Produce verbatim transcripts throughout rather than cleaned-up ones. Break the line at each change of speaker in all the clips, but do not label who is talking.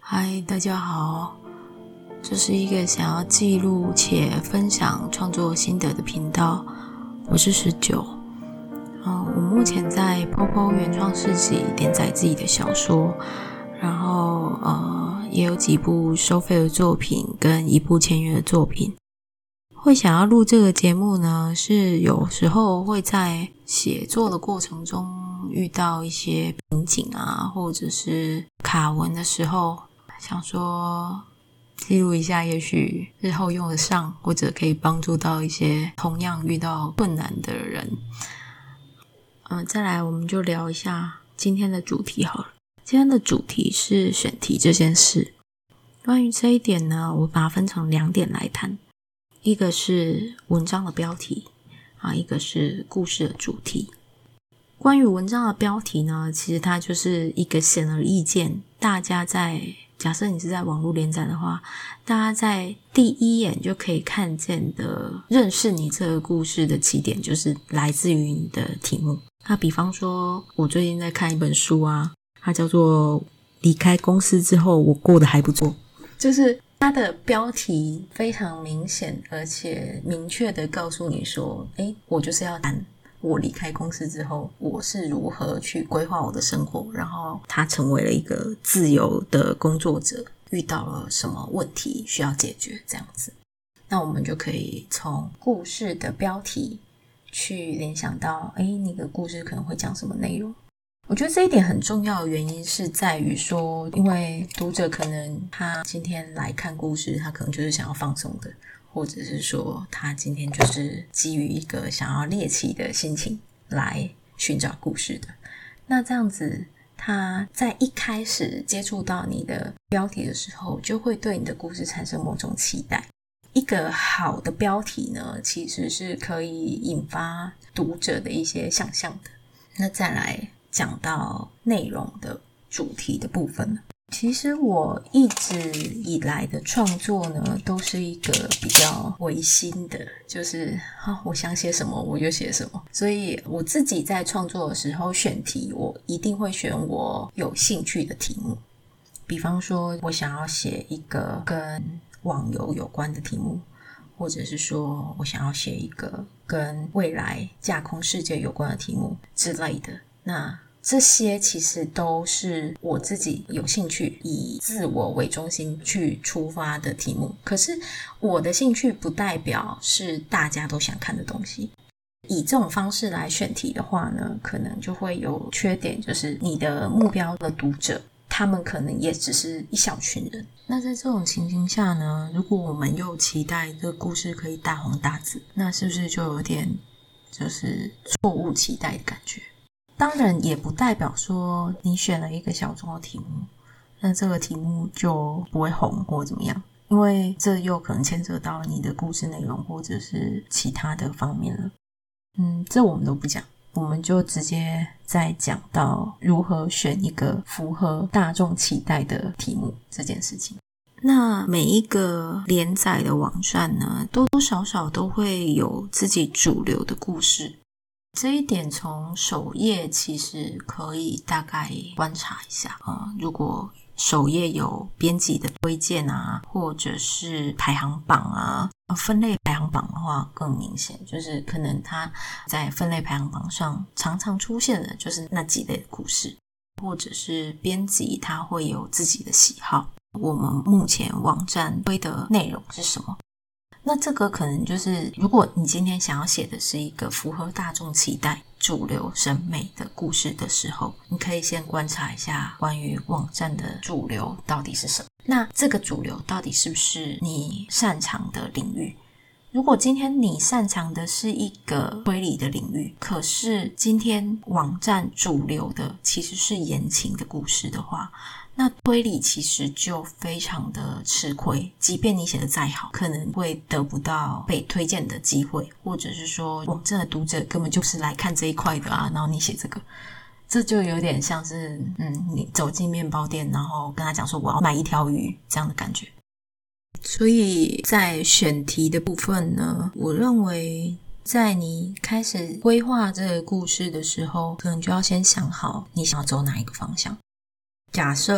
嗨，大家好，这是一个想要记录且分享创作心得的频道，我是十九。嗯，我目前在 P O P O 原创市集连载自己的小说，然后呃也有几部收费的作品跟一部签约的作品。会想要录这个节目呢，是有时候会在写作的过程中遇到一些瓶颈啊，或者是卡文的时候，想说记录一下，也许日后用得上，或者可以帮助到一些同样遇到困难的人。嗯、呃，再来我们就聊一下今天的主题好了。今天的主题是选题这件事。关于这一点呢，我把它分成两点来谈。一个是文章的标题啊，一个是故事的主题。关于文章的标题呢，其实它就是一个显而易见，大家在假设你是在网络连载的话，大家在第一眼就可以看见的认识你这个故事的起点，就是来自于你的题目。那比方说我最近在看一本书啊，它叫做离开公司之后我过得还不错，就是它的标题非常明显而且明确的告诉你说，诶，我就是要谈我离开公司之后我是如何去规划我的生活，然后他成为了一个自由的工作者，遇到了什么问题需要解决，这样子。那我们就可以从故事的标题去联想到，诶，那个故事可能会讲什么内容。我觉得这一点很重要的原因是在于说，因为读者可能他今天来看故事，他可能就是想要放松的，或者是说他今天就是基于一个想要猎奇的心情来寻找故事的。那这样子他在一开始接触到你的标题的时候，就会对你的故事产生某种期待。一个好的标题呢，其实是可以引发读者的一些想象的。那再来讲到内容的主题的部分，其实我一直以来的创作呢，都是一个比较唯心的，就是啊，我想写什么我就写什么。所以我自己在创作的时候选题，我一定会选我有兴趣的题目。比方说我想要写一个跟网游有关的题目，或者是说我想要写一个跟未来架空世界有关的题目之类的。那这些其实都是我自己有兴趣，以自我为中心去出发的题目。可是我的兴趣不代表是大家都想看的东西。以这种方式来选题的话呢，可能就会有缺点，就是你的目标的读者，他们可能也只是一小群人。那在这种情形下呢，如果我们又期待这个故事可以大红大紫，那是不是就有点就是错误期待的感觉？当然也不代表说你选了一个小众的题目，那这个题目就不会红或怎么样，因为这又可能牵扯到你的故事内容或者是其他的方面了。嗯，这我们都不讲，我们就直接再讲到如何选一个符合大众期待的题目这件事情。那每一个连载的网站呢，多多少少都会有自己主流的故事。这一点从首页其实可以大概观察一下、呃、如果首页有编辑的推荐啊，或者是排行榜啊，分类排行榜的话更明显，就是可能它在分类排行榜上常常出现的就是那几类的故事，或者是编辑它会有自己的喜好，我们目前网站推的内容是什么。那这个可能就是如果你今天想要写的是一个符合大众期待主流审美的故事的时候，你可以先观察一下关于网站的主流到底是什么，那这个主流到底是不是你擅长的领域。如果今天你擅长的是一个推理的领域，可是今天网站主流的其实是言情的故事的话，那推理其实就非常的吃亏，即便你写的再好，可能会得不到被推荐的机会，或者是说网站的读者根本就是来看这一块的啊，然后你写这个，这就有点像是嗯，你走进面包店，然后跟他讲说我要买一条鱼这样的感觉。所以在选题的部分呢，我认为在你开始规划这个故事的时候，可能就要先想好你想要走哪一个方向。假设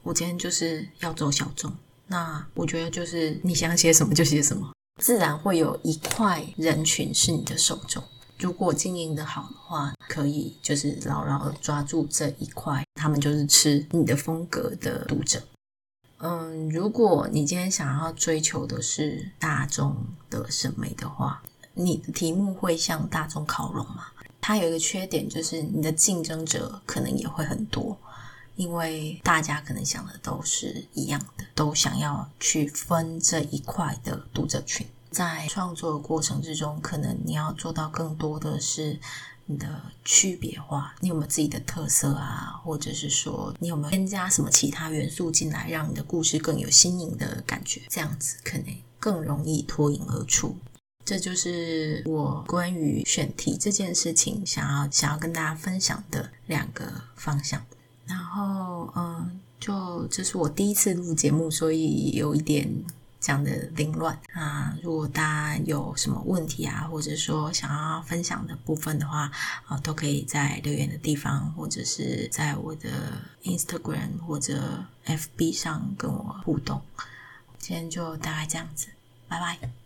我今天就是要走小众，那我觉得就是你想写什么就写什么，自然会有一块人群是你的受众。如果经营的好的话，可以就是牢牢地抓住这一块，他们就是吃你的风格的读者。嗯，如果你今天想要追求的是大众的审美的话，你的题目会向大众靠拢吗？它有一个缺点，就是你的竞争者可能也会很多，因为大家可能想的都是一样的，都想要去分这一块的读者群。在创作的过程之中，可能你要做到更多的是你的区别化，你有没有自己的特色啊，或者是说你有没有添加什么其他元素进来，让你的故事更有新颖的感觉，这样子可能更容易脱颖而出。这就是我关于选题这件事情想要想要跟大家分享的两个方向。然后嗯，就这是我第一次录节目，所以有一点讲的凌乱啊。如果大家有什么问题啊，或者说想要分享的部分的话啊，都可以在留言的地方，或者是在我的 Instagram 或者 F B 上跟我互动。今天就大概这样子，拜拜。